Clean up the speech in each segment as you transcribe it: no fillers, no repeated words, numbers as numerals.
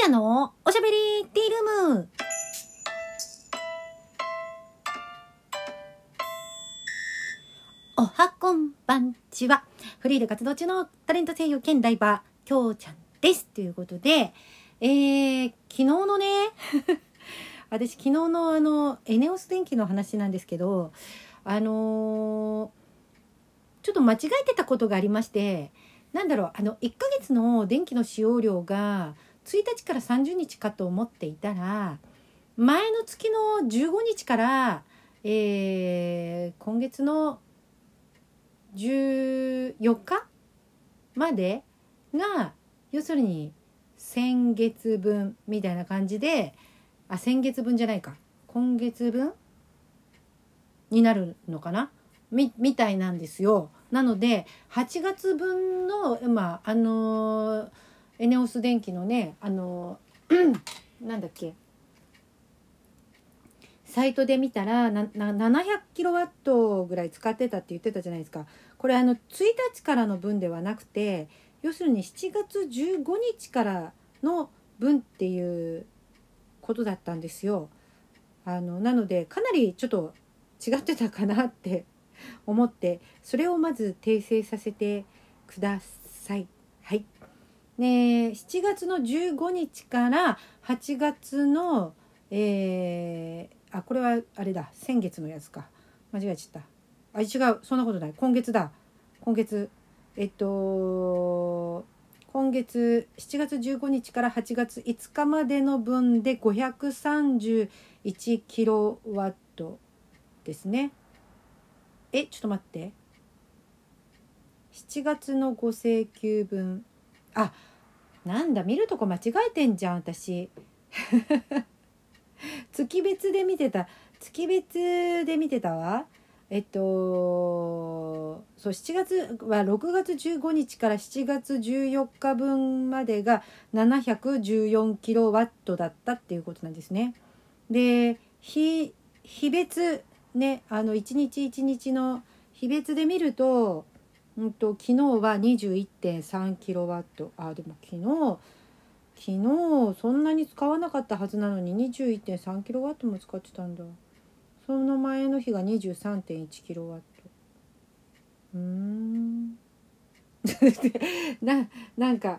ゃんのおしゃべりティールーム。おはこんばんちは。フリーで活動中のタレント声優兼ライバーきょうちゃんですということで、昨日のね私昨日のエネオス電気の話なんですけど、ちょっと間違えてたことがありまして、1ヶ月の電気の使用量が1日から30日かと思っていたら、前の月の15日から、今月の14日までが要するに先月分みたいな感じで、先月分じゃないか、今月分になるのかな みたいなんですよ。なので8月分のエネオス電気のねなんだっけ、サイトで見たら700キロワットぐらい使ってたって言ってたじゃないですか。これ1日からの分ではなくて、要するに7月15日からの分っていうことだったんですよ。なのでかなりちょっと違ってたかなって思って、それをまず訂正させてください。はい。ね、7月の15日から8月のこれはあれだ、先月のやつか、間違えちゃった。違う、そんなことない、今月だ。今月7月15日から8月5日までの分で531キロワットですね。ちょっと待って、7月のご請求分、なんだ、見るとこ間違えてんじゃん私月別で見てたわ。そう、7月は6月15日から7月14日分までが714キロワットだったっていうことなんですね。で、日別ね、1日1日の日別で見ると、昨日は 21.3 キロワット。でも昨日そんなに使わなかったはずなのに 21.3 キロワットも使ってたんだ。その前の日が 23.1 キロワット。なんか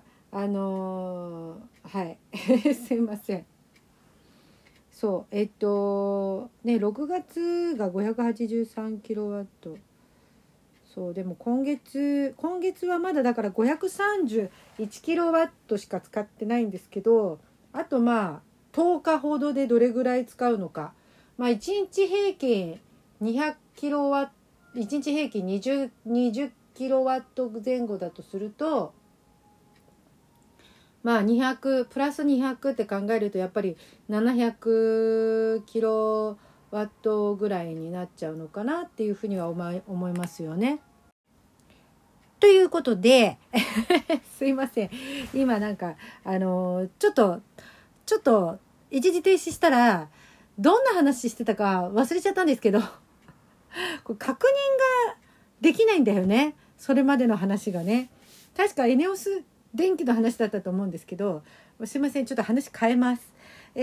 はいすいません。そう6月が583キロワット。そう、でも今月はまだだから531キロワットしか使ってないんですけど、あと10日ほどでどれぐらい使うのか。1日平均200キロワット、1日平均20キロワット前後だとすると、200プラス200って考えるとやっぱり700キロワットぐらいになっちゃうのかなっていうふうには思いますよね。ということですいません、今ちょっと一時停止したらどんな話してたか忘れちゃったんですけどこれ確認ができないんだよね、それまでの話がね。確かエネオス電気の話だったと思うんですけど、すいません、ちょっと話変えます。き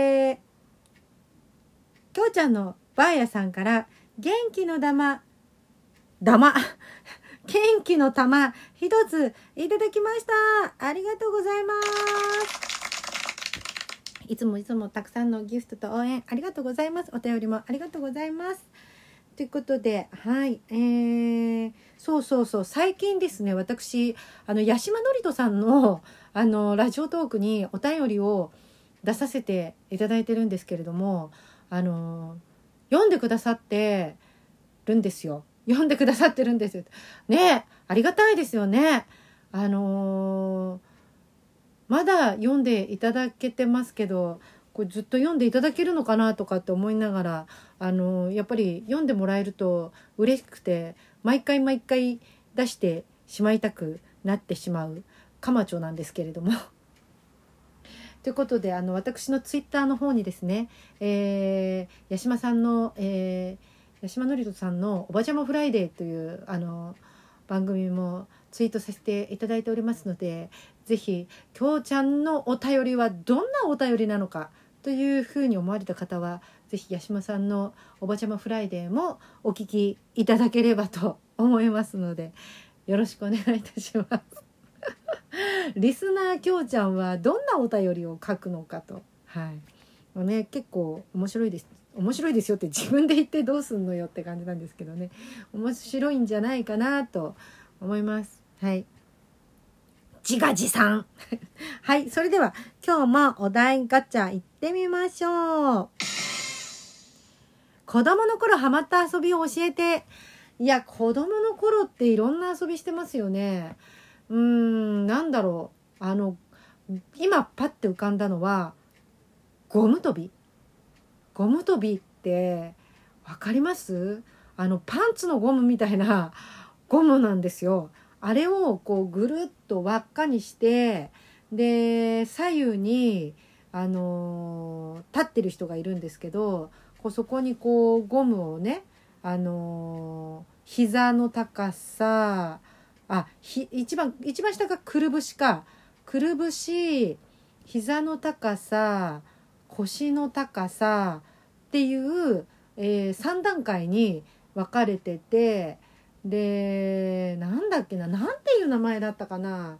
ょうちゃんのばあやさんから元気の玉元気の玉一ついただきました。ありがとうございます。いつもたくさんのギフトと応援ありがとうございます。お便りもありがとうございます。ということで、はい、そう最近ですね、私八島のりとさんのラジオトークにお便りを出させていただいてるんですけれども、読んでくださってるんですよ。ね、ありがたいですよね。まだ読んでいただけてますけど、これずっと読んでいただけるのかなとかって思いながら、やっぱり読んでもらえると嬉しくて、毎回出してしまいたくなってしまうカマチョなんですけれどもということで、私のツイッターの方にですね、八島のりとさんのおばちゃまフライデーという番番組もツイートさせていただいておりますので、ぜひきょうちゃんのお便りはどんなお便りなのかというふうに思われた方は、ぜひ八島さんのおばちゃまフライデーもお聞きいただければと思いますので、よろしくお願いいたしますリスナーきょうちゃんはどんなお便りを書くのかと、結構面白いですよって自分で言ってどうすんのよって感じなんですけどね、面白いんじゃないかなと思います。自画自賛はい、それでは今日もお題ガチャ行ってみましょう。子供の頃ハマった遊びを教えて。いや、子供の頃っていろんな遊びしてますよね。なんだろう、今パッて浮かんだのはゴム跳びってわかります？パンツのゴムみたいなゴムなんですよ。あれをこうぐるっと輪っかにして、で左右に立ってる人がいるんですけど、そこにこうゴムをね、膝の高さ、一番下がくるぶしか、くるぶし、膝の高さ、腰の高さっていう、3段階に分かれてて、でなんだっけな、なんていう名前だったかな、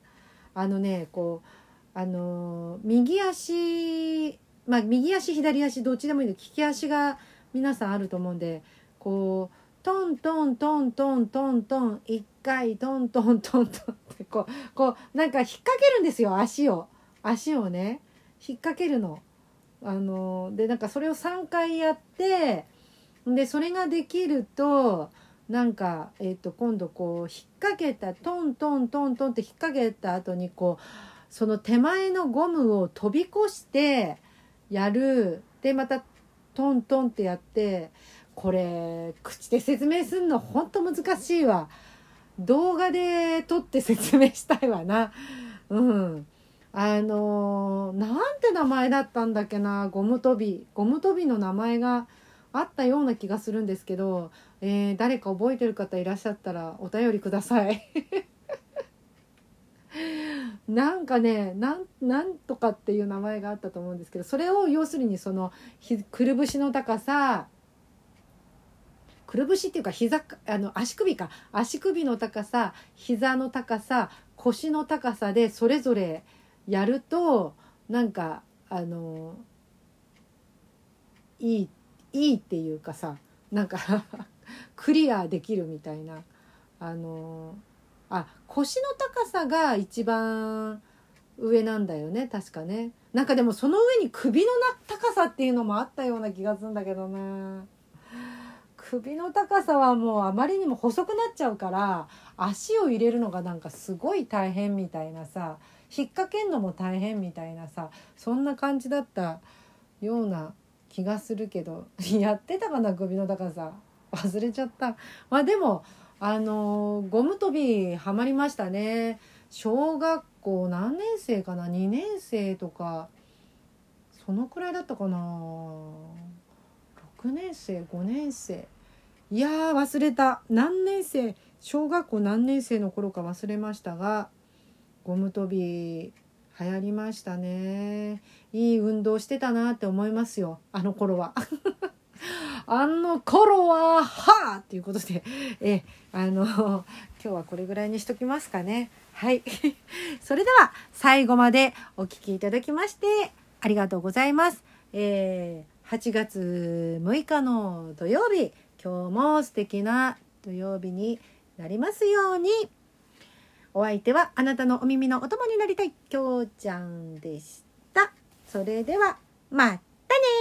右足、右足左足どっちでもいいんで、利き足が皆さんあると思うんで、こうトントントントントントン1回トントントントンってこうなんか引っ掛けるんですよ。足をね引っ掛けるの。でなんかそれを3回やって、でそれができるとなんか、今度こう引っ掛けたトントントントンって引っ掛けた後にこうその手前のゴムを飛び越してやる。でまたトントンってやって、これ口で説明するのほんと難しいわ。動画で撮って説明したいわな。なんて名前だったんだっけな、ゴム跳びの名前があったような気がするんですけど、誰か覚えてる方いらっしゃったらお便りくださいなんかね、なんとかっていう名前があったと思うんですけど、それを要するにそのくるぶしの高さ、くるぶしっていうか足首の高さ、膝の高さ、腰の高さでそれぞれやるとなんかいいっていうかさ、なんかクリアできるみたいな。腰の高さが一番上なんだよね確かね。なんかでもその上に首の高さっていうのもあったような気がするんだけどな。首の高さはもうあまりにも細くなっちゃうから、足を入れるのがなんかすごい大変みたいなさ、引っ掛けんのも大変みたいなさ、そんな感じだったような気がするけど、やってたかな、首の高さ忘れちゃった。でもゴム跳びハマりましたね。小学校何年生かな、2年生とかそのくらいだったかな、6年生5年生、いやー忘れた、小学校何年生の頃か忘れましたが、ゴム跳び流行りましたね。いい運動してたなって思いますよ、あの頃ははっていうことで、今日はこれぐらいにしときますかね。はいそれでは最後までお聞きいただきましてありがとうございます。8月6日の土曜日、今日も素敵な土曜日になりますように。お相手はあなたのお耳のお供になりたいきょうちゃんでした。それではまたね。